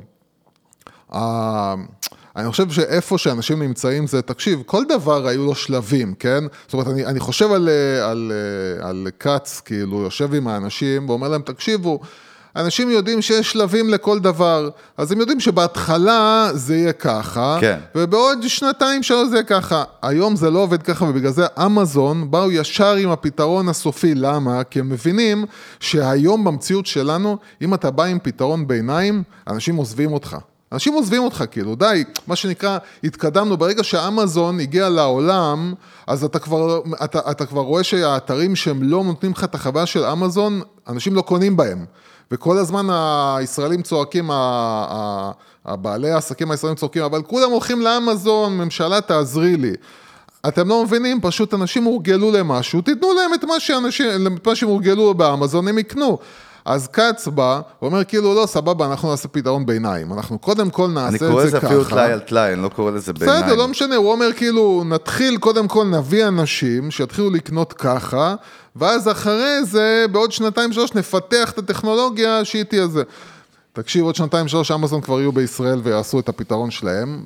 Speaker 7: אני חושב שאיפה שאנשים נמצאים זה, תקשיב, כל דבר היו לו שלבים, כן? זאת אומרת, אני חושב על קץ, כאילו, יושב עם האנשים ואומר להם, תקשיבו, אנשים יודעים שיש שלבים לכל דבר, אז הם יודעים שבהתחלה זה יהיה ככה,
Speaker 6: כן.
Speaker 7: ובעוד 2-3 זה יהיה ככה. היום זה לא עובד ככה, ובגלל זה אמזון באו ישר עם הפתרון הסופי. למה? כי הם מבינים שהיום במציאות שלנו, אם אתה בא עם פתרון ביניים, אנשים עוזבים אותך. אנשים עוזבים אותך, כאילו, די, מה שנקרא, התקדמנו, ברגע שאמזון הגיע לעולם, אז אתה כבר רואה שהאתרים שהם לא נותנים לך את החוויה של אמזון, אנשים לא קונים בהם. וכל הזמן הישראלים צועקים, הבעלי העסקים הישראלים צועקים, אבל כולם הולכים לאמזון, ממשלה תעזרי לי. אתם לא מבינים, פשוט אנשים הורגלו למשהו, תיתנו להם את מה שהם הורגלו באמזון, הם יקנו. אז קץ בא, הוא אומר כאילו, לא, סבבה, אנחנו נעשה פתרון ביניים. אנחנו קודם כל נעשה את זה ככה.
Speaker 6: אני קורא לזה אפילו תלאי על תלאי, אני לא קורא לזה ביניים.
Speaker 7: בסדר, לא משנה, הוא אומר כאילו, נתחיל קודם כל נביא אנשים שיתחילו לקנות ככה, ואז אחרי זה, בעוד 2-3 נפתח את הטכנולוגיה שהיא תהיה זה. תקשיב, עוד 2-3 אמזון כבר יהיו בישראל ויעשו את הפתרון שלהם.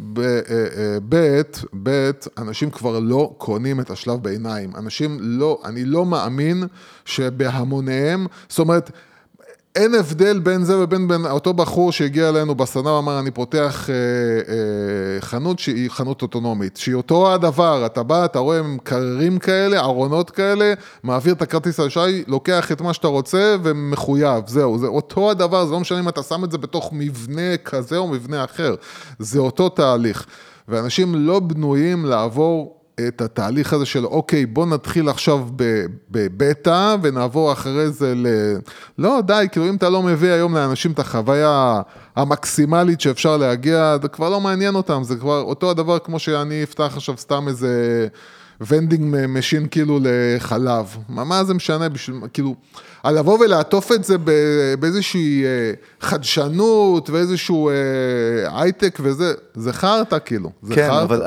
Speaker 7: בית, אנשים כבר לא קונים את השלב בעיניים. אנשים לא, אני לא מאמין שבהמוניהם, זאת אומרת, אין הבדל בין זה ובין אותו בחור שהגיע אלינו בסנה, ואמר, אני פותח חנות שהיא חנות אוטונומית, שהיא אותו הדבר, אתה בא, אתה רואה קררים כאלה, ארונות כאלה, מעביר את הכרטיס האשראי, לוקח את מה שאתה רוצה ומחויב, זהו, זה אותו הדבר, זה לא משנה אם אתה שם את זה בתוך מבנה כזה או מבנה אחר, זה אותו תהליך, ואנשים לא בנויים לעבור את התהליך הזה של, אוקיי, בוא נתחיל עכשיו בבטא, ונעבור אחרי זה לא, די, כאילו אם אתה לא מביא היום לאנשים את החוויה המקסימלית שאפשר להגיע, זה כבר לא מעניין אותם, זה כבר אותו הדבר כמו שאני אפתח עכשיו סתם איזה ונדינג משין כאילו לחלב. מה זה משנה בשביל, כאילו, על לבוא ולעטוף את זה באיזושהי חדשנות ואיזשהו הייטק וזה, זה חרטה כאילו.
Speaker 6: כן, אבל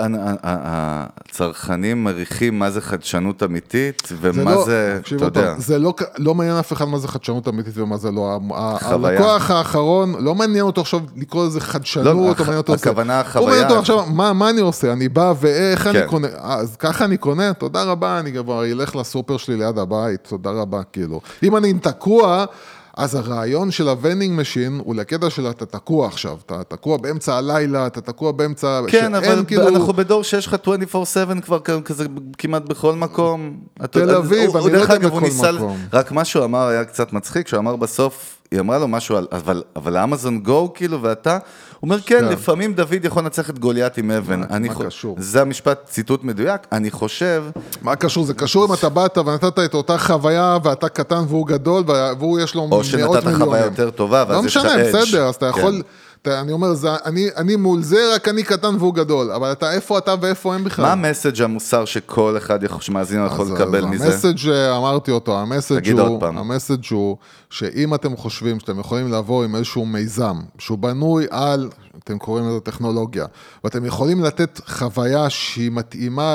Speaker 6: הצרכנים מריחים מה זה חדשנות אמיתית ומה זה, אתה יודע.
Speaker 7: זה לא מעניין אף אחד מה זה חדשנות אמיתית ומה זה לא. הלקוח האחרון, לא מעניין אותו עכשיו לקרוא לזה חדשנות.
Speaker 6: הכוונה החוויה.
Speaker 7: הוא מעניין אותו עכשיו, מה אני עושה? אני בא ואיך אני קונה? אז ככה אני קונה, תודה רבה, אני כבר אלך לסופר שלי ליד הבית, תודה רבה כאילו. אם אני תקוע, אז הרעיון של הוונינג משין הוא לקטע של אתה תקוע עכשיו, אתה תקוע באמצע הלילה, אתה תקוע באמצע...
Speaker 6: כן, אבל כאילו... אנחנו בדור שיש לך 24/7 כבר כזה כמעט בכל מקום.
Speaker 7: תל אביב, אני לא יודע בכל מקום.
Speaker 6: רק מה שהוא אמר היה קצת מצחיק, שהוא אמר בסוף, היא אמרה לו משהו, אבל אמזון גו כאילו, ואתה, הוא אומר, כן, לפעמים דוד יכול לנצח את גוליית עם אבן.
Speaker 7: מה קשור?
Speaker 6: זה המשפט, ציטוט מדויק, אני חושב...
Speaker 7: מה קשור? זה קשור אם אתה באת ונתת את אותה חוויה, ואתה קטן והוא גדול, והוא יש לו מאות מיליונים.
Speaker 6: או שנתת חוויה יותר טובה, ואז יש לך אדג'.
Speaker 7: לא משנה, בסדר, אז אתה יכול... אני אומר, אני מול זה, רק אני קטן והוא גדול, אבל איפה אתה ואיפה הם בכלל?
Speaker 6: מה המסג' המוסר שכל אחד שמאזין יכול לקבל מזה?
Speaker 7: המסג' אמרתי אותו, המסג' הוא שאם אתם חושבים שאתם יכולים לעבור עם איזשהו מיזם, שהוא בנוי על, אתם קוראים לזה טכנולוגיה, ואתם יכולים לתת חוויה שהיא מתאימה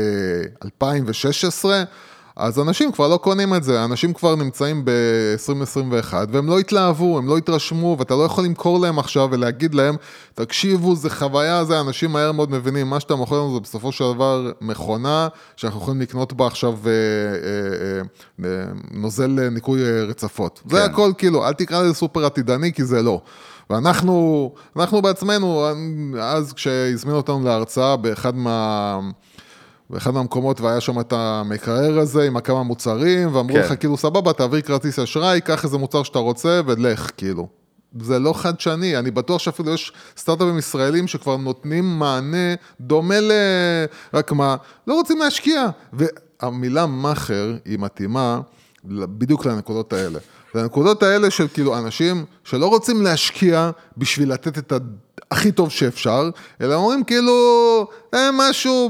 Speaker 7: ל-2016, אז אנשים כבר לא קונים את זה, אנשים כבר נמצאים ב-2021, והם לא התלהבו, הם לא התרשמו, ואתה לא יכול למכור להם עכשיו ולהגיד להם, תקשיבו, זה חוויה, זה אנשים מהר מאוד מבינים, מה שאתה מוכר לנו זה בסופו של דבר מכונה, שאנחנו יכולים לקנות בה עכשיו נוזל ניקוי רצפות. כן. זה הכל כאילו, אל תקרא לזה סופר עתידני, כי זה לא. ואנחנו בעצמנו, אז כשהזמינו אותנו להרצאה באחד מהמקומות, והיה שם את המקרר הזה עם כמה מוצרים, ואמרו לך כאילו סבבה, תעביר כרטיס אשראי, קח איזה מוצר שאתה רוצה, ולך כאילו. זה לא חדשני, אני בטוח שאפילו יש סטארט-אפים ישראלים שכבר נותנים מענה דומה רק מה, לא רוצים להשקיע. והמילה מאחר היא מתאימה בדיוק לנקודות האלה. לנקודות האלה של כאילו אנשים שלא רוצים להשקיע בשביל לתת את הכי טוב שאפשר, אלא אומרים כאילו, משהו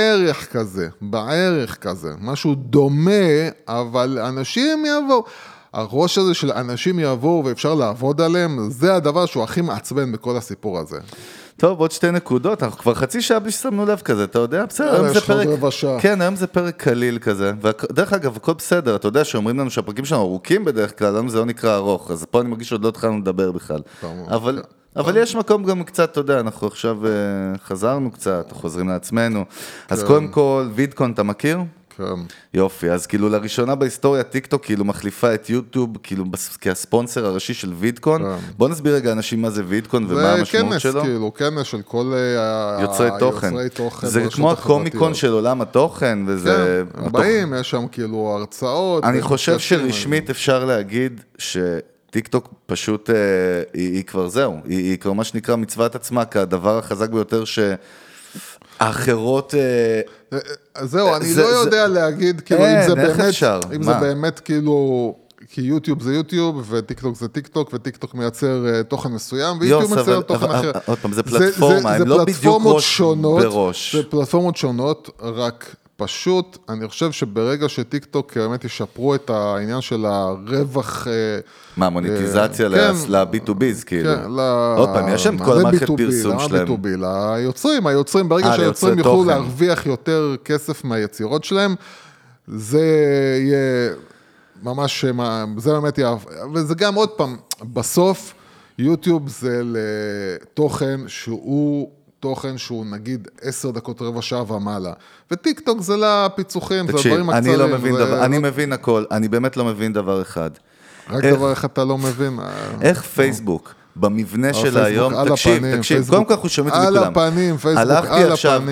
Speaker 7: בערך כזה, משהו דומה, אבל אנשים יבואו. הראש הזה של אנשים יבואו ואפשר לעבוד עליהם, זה הדבר שהוא הכי מעצבן בכל הסיפור הזה.
Speaker 6: טוב, עוד 2 נקודות, אנחנו כבר חצי שעה בלי ששמנו לב כזה, אתה יודע, בסדר, היום זה פרק, כן, היום זה פרק קליל כזה, ודרך אגב, הכל בסדר, אתה יודע שאומרים לנו שהפרקים שלנו ארוכים בדרך כלל, היום זה לא נקרא ארוך, אז פה אני מרגיש שעוד לא התחלנו לדבר בכלל, אבל יש מקום גם קצת, אתה יודע, אנחנו עכשיו חזרנו קצת, חוזרים לעצמנו, אז קודם כל, וידקון, אתה מכיר?
Speaker 7: כן.
Speaker 6: יופי, אז כאילו לראשונה בהיסטוריה טיקטוק כאילו מחליפה את יוטיוב כאילו כספונסר הראשי של וידקון. בוא נסביר רגע אנשים מה זה וידקון ומה המשמעות שלו.
Speaker 7: זה כנס כאילו, כנס של כל
Speaker 6: יוצרי תוכן. זה כמו הקומיקון של עולם התוכן וזה...
Speaker 7: כן, הם באים, יש שם כאילו הרצאות.
Speaker 6: אני חושב שרשמית אפשר להגיד שטיקטוק פשוט היא כבר זהו, היא כבר מה שנקרא מצוות עצמה כדבר החזק ביותר האחרות...
Speaker 7: זהו, אני לא יודע להגיד, כאילו, אם זה באמת, כאילו, כי יוטיוב זה יוטיוב, וטיקטוק זה טיקטוק, וטיקטוק מייצר תוכן מסוים, ויוטיוב מייצר תוכן אחר.
Speaker 6: עוד פעם, זה פלטפורמה, הם לא בדיוק ראש בראש.
Speaker 7: זה פלטפורמות שונות, רק פשוט, אני חושב שברגע שטיקטוק באמת ישפרו את העניין של הרווח...
Speaker 6: מה, מוניטיזציה ל-B2B's, כאילו. עוד פעם, יש שם כל המערכת פרסום שלהם.
Speaker 7: היוצרים, ברגע שהיוצרים יוכלו להרוויח יותר כסף מהיצירות שלהם, זה יהיה ממש, זה באמת יהיה, וזה גם עוד פעם, בסוף, יוטיוב זה לתוכן שהוא נגיד 10 דקות רבע שעה ומעלה, וטיקטוק זה לפיצוחים, זה דברים הקצרים.
Speaker 6: אני מבין הכל, אני באמת לא מבין דבר אחד.
Speaker 7: רק דבר איך אתה לא מבין.
Speaker 6: איך פייסבוק, במבנה של היום, תקשיב, קודם כל אנחנו שומעים את זה
Speaker 7: על
Speaker 6: לכולם.
Speaker 7: הפנים, פייסבוק על הפנים.
Speaker 6: הלכתי עכשיו,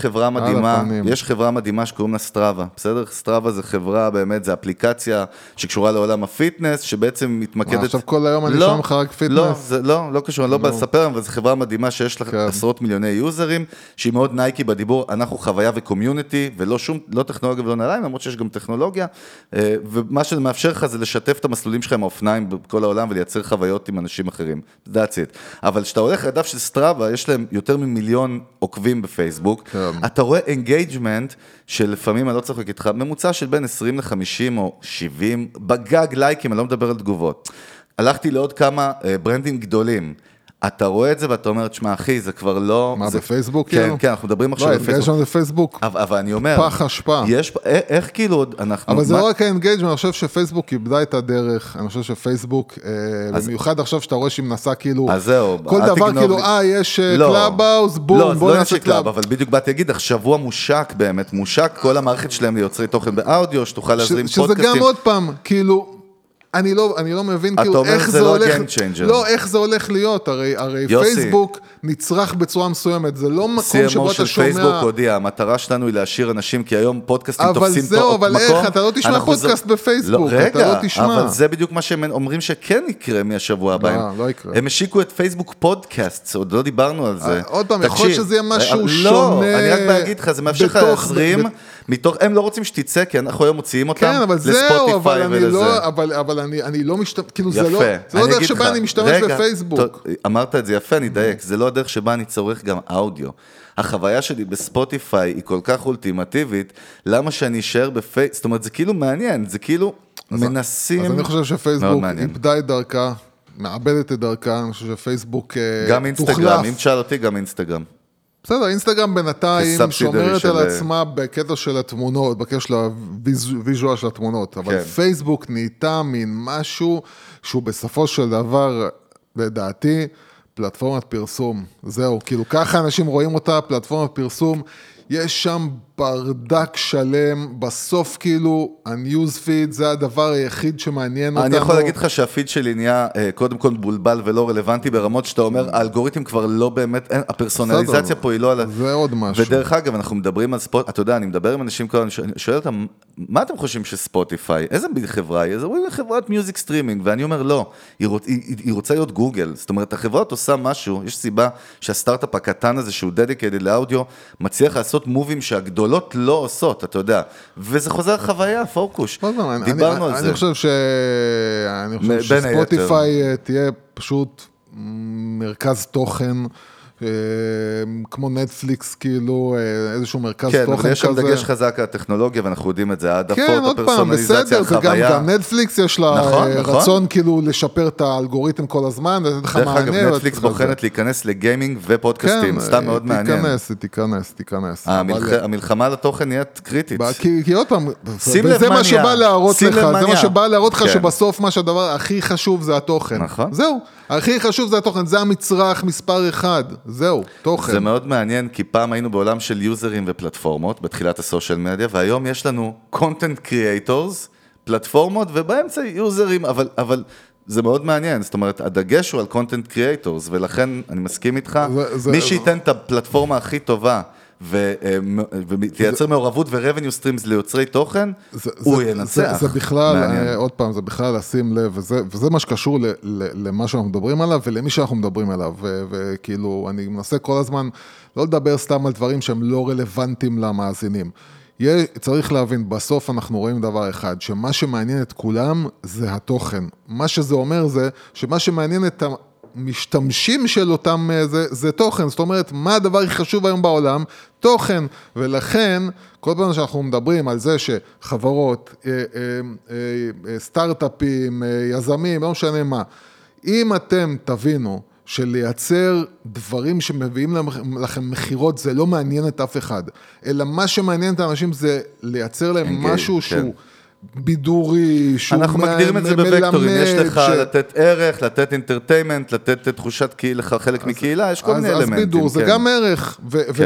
Speaker 6: יש חברה מדהימה שקוראים לה סטראבה, בסדר? סטראבה זה חברה, באמת, זה אפליקציה שקשורה לעולם הפיטנס, שבעצם מתמקדת...
Speaker 7: עכשיו כל היום אני שומע לך רק פיטנס.
Speaker 6: לא קשור, אני לא בא לספר, אבל זו חברה מדהימה שיש לה עשרות מיליוני יוזרים, שהיא מאוד נייקי בדיבור, אנחנו חוויה וקומיוניטי, ולא שום, לא טכנולוגיה ולא נעליים, למרות שיש גם טכנולוגיה, ומה שמאפשר לך זה לשתף את המסלולים שלך עם האופניים בכל העולם ולייצר חוויות עם אנשים אחרים. That's it. אבל כשאתה הולך לדף של סטראבה, יש להם יותר ממיליון עוקבים בפייסבוק, אתה רואה engagement שלפעמים, אני לא צוחק איתך, ממוצע של בין 20 ל-50 או 70, בגג לייקים, אני לא מדבר על תגובות. הלכתי לעוד כמה ברנדים גדולים, אתה רואה את זה ואתה אומר, תשמע אחי, זה כבר לא...
Speaker 7: מה, בפייסבוק?
Speaker 6: כן, כן, אנחנו מדברים עכשיו
Speaker 7: בפייסבוק. לא, האנגייג'מנט בפייסבוק.
Speaker 6: אבל אני אומר...
Speaker 7: פח השפעה.
Speaker 6: איך כאילו אנחנו...
Speaker 7: אבל זה לא רק האנגייג'מנט, אני חושב שפייסבוק איבדה את הדרך, אני חושב שפייסבוק, במיוחד עכשיו שאתה רואה שהיא מנסה כאילו...
Speaker 6: אז זהו,
Speaker 7: כל דבר כאילו, יש קלאבהאוס, בום, בוא נעשה קלאב.
Speaker 6: אבל בדיוק באתי להגיד, השבוע מושק באמת, מושק כל המערכת שלהם ליוצרי תוכן באודיו, שתוכל להזרים פודקאסטים.
Speaker 7: שזה גם עוד פעם, כאילו... אני לא מבין כאילו איך זה הולך, לא, איך זה הולך להיות, הרי פייסבוק נצרך בצורה מסוימת, זה לא מקום שבו אתה שומע...
Speaker 6: CMO של פייסבוק הודיע, המטרה שלנו היא להשאיר אנשים, כי היום פודקאסטים תופסים מקום.
Speaker 7: אבל זהו, אבל איך, אתה לא תשמע פודקאסט בפייסבוק, אתה לא תשמע.
Speaker 6: אבל זה בדיוק מה שהם אומרים שכן יקרה מהשבוע הבא.
Speaker 7: לא יקרה.
Speaker 6: הם השיקו את פייסבוק פודקאסט, עוד לא דיברנו על זה.
Speaker 7: עוד פעם, יכול שזה יהיה משהו שונה.
Speaker 6: לא, אני רק להגיד לך, זה מאפשר לך להזרים, הם לא רוצים שתצא, כי אנחנו היום מוציאים אותם לספוטיפיי ולזה.
Speaker 7: אבל אני לא משתמש, כאילו זה לא דרך שבה אני משתמש בפייסבוק.
Speaker 6: אמרת את זה יפה, אני דייק, זה לא דרך שבה אני צורך גם אודיו. החוויה שלי בספוטיפיי היא כל כך אולטימטיבית, למה שאני אשאר בפייסבוק, זאת אומרת, זה כאילו מעניין, זה כאילו מנסים.
Speaker 7: אז אני חושב שפייסבוק איבדה את דרכה, מאבדת את דרכה, אני חושב שפייסבוק תוחלף.
Speaker 6: גם אינסטגרם, אם תשאל אותי, גם אינסטגרם.
Speaker 7: בסדר, אינסטגרם בינתיים שומרת על עצמה בקטע של התמונות, בקטע של הוויז'ואל של התמונות, אבל פייסבוק נהייתה מין משהו שהוא בסופו של דבר, לדעתי, פלטפורמת פרסום. זהו, כאילו ככה אנשים רואים אותה, פלטפורמת פרסום, יש שם ברדק שלם, בסוף כאילו, הניוז פיד זה הדבר היחיד שמעניין אותנו.
Speaker 6: אני יכול להגיד לך שהפיד שלי נהיה קודם כל בולבל ולא רלוונטי ברמות שאתה אומר, האלגוריתם כבר לא באמת, הפרסונליזציה פה היא לא על...
Speaker 7: זה עוד משהו.
Speaker 6: ודרך אגב, אנחנו מדברים על ספוטיפיי, אתה יודע, אני מדבר עם אנשים כאלה, אני שואל אותם, מה אתם חושבים שספוטיפיי, איזה חברה היא? אז אומרים חברת מיוזיק סטרימינג, ואני אומר לא, היא רוצה להיות גוגל, זאת אומרת, החברות עושה משהו, יש סיבה שהסטארט-אפ הקטן הזה שהוא dedicated לאודיו, מצליח לעשות מובים שהגדולות לא עושות, אתה יודע, וזה חוזר חוויה, פוקוש, דיברנו על זה.
Speaker 7: אני חושב שספוטיפיי תהיה פשוט מרכז תוכן, כמו נטפליקס, כאילו, איזשהו מרכז תוכן כזה.
Speaker 6: כן, אבל יש שם דגש חזק על הטכנולוגיה, ואנחנו יודעים את זה, העדפות,
Speaker 7: הפרסונליזציה, החוויה. גם נטפליקס יש לה רצון כאילו לשפר את האלגוריתם כל הזמן, לתת לך מענה.
Speaker 6: דרך אגב, נטפליקס בוחנת להיכנס לגיימינג ופודקאסטים, סתם מאוד מעניין.
Speaker 7: תיכנס.
Speaker 6: המלחמה לתוכן נהיית קריטית.
Speaker 7: כי עוד פעם, וזה מה שבא להראות לך, זה מה שבא להראות לך שבסוף מה שהדבר הכי חשוב זה התוכן. זהו, הכי חשוב זה התוכן, זה המצרך מספר אחד. זהו, תוכן.
Speaker 6: זה מאוד מעניין, כי פעם היינו בעולם של יוזרים ופלטפורמות, בתחילת הסושיאל מדיה, והיום יש לנו content creators, פלטפורמות, ובאמצע יוזרים, אבל זה מאוד מעניין, זאת אומרת, הדגש הוא על content creators, ולכן אני מסכים איתך, מי שייתן את הפלטפורמה הכי טובה, ותייצר מעורבות ו-revenue streams ליוצרי תוכן, הוא ינצח.
Speaker 7: זה בכלל, עוד פעם, זה בכלל לשים לב, וזה מה שקשור למה שאנחנו מדברים עליו, ולמי שאנחנו מדברים עליו, וכאילו, אני מנסה כל הזמן לא לדבר סתם על דברים שהם לא רלוונטיים למאזינים. צריך להבין, בסוף אנחנו רואים דבר אחד, שמה שמעניין את כולם זה התוכן. מה שזה אומר זה, שמה שמעניין את משתמשים של אותם, זה תוכן, זאת אומרת, מה הדבר הכי חשוב היום בעולם? תוכן, ולכן, כל פעם שאנחנו מדברים על זה שחברות, סטארט-אפים, יזמים, לא משנה מה, אם אתם תבינו שלייצר דברים שמביאים לכם מחירות, זה לא מעניין את אף אחד, אלא מה שמעניין את האנשים זה לייצר להם משהו שהוא בידורי, שהוא
Speaker 6: אנחנו מגדירים את זה בווקטורים, יש לך לתת ערך, לתת אינטרטיימנט, לתת תחושת חלק מקהילה, יש כל מיני אלמנטים.
Speaker 7: אז בידור זה גם ערך,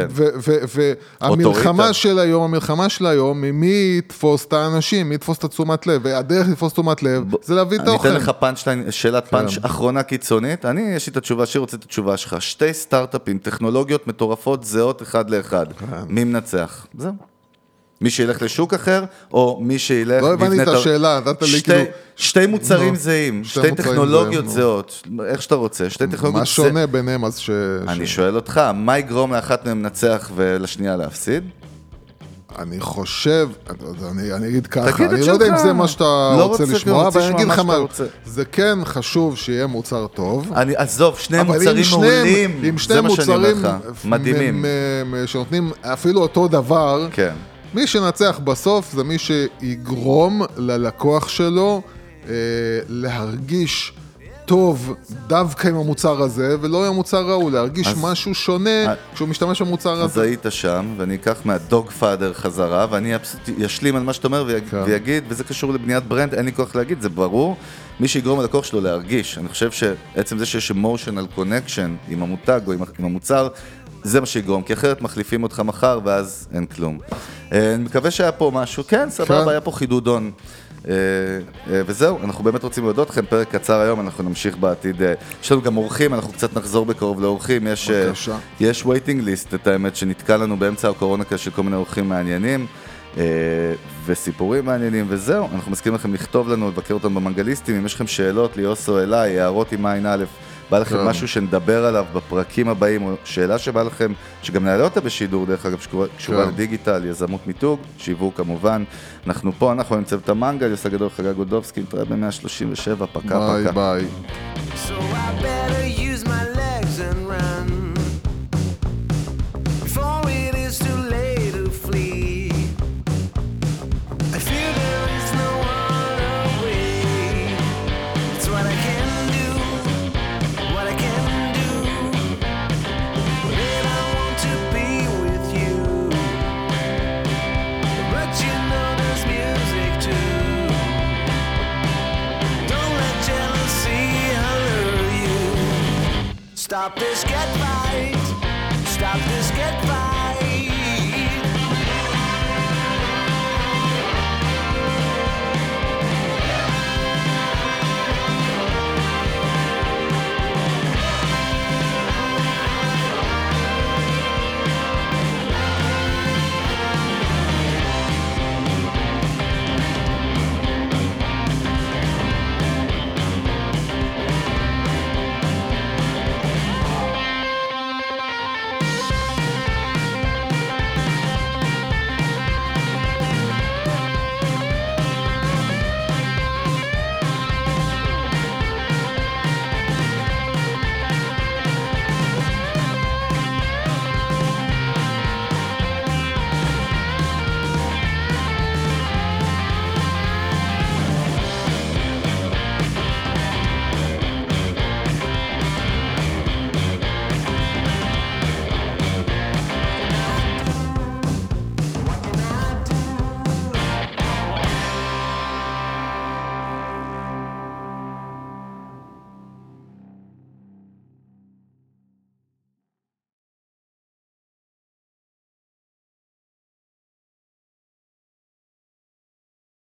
Speaker 7: והמלחמה של היום, היא מי יתפוס את האנשים, מי יתפוס את התשומת לב, והדרך לתפוס תשומת לב, זה להביא תוכן.
Speaker 6: אני אתן לך שאלת פאנץ' אחרונה קיצונית, יש לי את התשובה, שיר רוצה את התשובה שלך, 2 סטארט-אפים, טכנולוגיות מטורפות, זהות אחד לאחד, מי מנצח? זהו. מי שילך לשוק אחר, או מי שילך...
Speaker 7: לא הבנתי את השאלה, נתת לי כאילו...
Speaker 6: שתי מוצרים זהים, שתי טכנולוגיות זהות, איך שאתה רוצה, שתי טכנולוגיות...
Speaker 7: מה שונה ביניהם אז
Speaker 6: אני שואל אותך, מה יגרום לאחת מהם לנצח ולשנייה להפסיד?
Speaker 7: אני חושב, אני אגיד ככה, אני לא יודע אם זה מה שאתה רוצה לשמוע, אבל אני אגיד לך מה, זה כן חשוב שיהיה מוצר טוב.
Speaker 6: עזוב, שני מוצרים מעולים, זה מה שאני אומר לך, מדהימים.
Speaker 7: שנותנים אפילו אותו דבר, מי שנצח בסוף זה מי שיגרום ללקוח שלו להרגיש טוב דווקא עם המוצר הזה, ולא עם המוצר ראוי, להרגיש משהו שונה כשהוא משתמש במוצר הזה.
Speaker 6: אז היית שם, ואני אקח מהדוג פאדר חזרה, ואני אשלים על מה שאתה אומר ויגיד, וזה קשור לבניית ברנד, אין לי כוח להגיד, זה ברור, מי שיגרום ללקוח שלו להרגיש. אני חושב שעצם זה שיש emotional connection עם המותג או עם המוצר, זה מה שיגרום, כי אחרת מחליפים אותך מחר, ואז אין כלום. אני מקווה שהיה פה משהו, כן, סבבה, היה פה חידודון. וזהו, אנחנו באמת רוצים להודות לכם, פרק קצר היום, אנחנו נמשיך בעתיד, יש לנו גם אורחים, אנחנו קצת נחזור בקרוב לאורחים, יש waiting list, את האמת שנתקע לנו באמצע הקורונה של כל מיני אורחים מעניינים, וסיפורים מעניינים, וזהו, אנחנו מזכירים לכם לכתוב לנו, לבקר אותנו במנגליסטים, אם יש לכם שאלות, ליוס או אליי, הערות עם עין א', בא לכם משהו שנדבר עליו בפרקים הבאים, או שאלה שבא לכם, שגם נעלה אותה בשידור, דרך אגב, שקשורה לדיגיטל, יזמות מיתוג, שיווק כמובן. אנחנו פה, אנחנו עם צוות המנגל, יוסי גדול, חגג גודובסקי, נתראה ב-137, פקה.
Speaker 7: ביי ביי.
Speaker 2: So I better use my legs and run before it is too late to flee. I feel there is no other way. It's what I can do, what I can do. Then I want to be with you, but you know there's music too. Don't let jealousy allure you. Stop this, get right. Stop this, get right.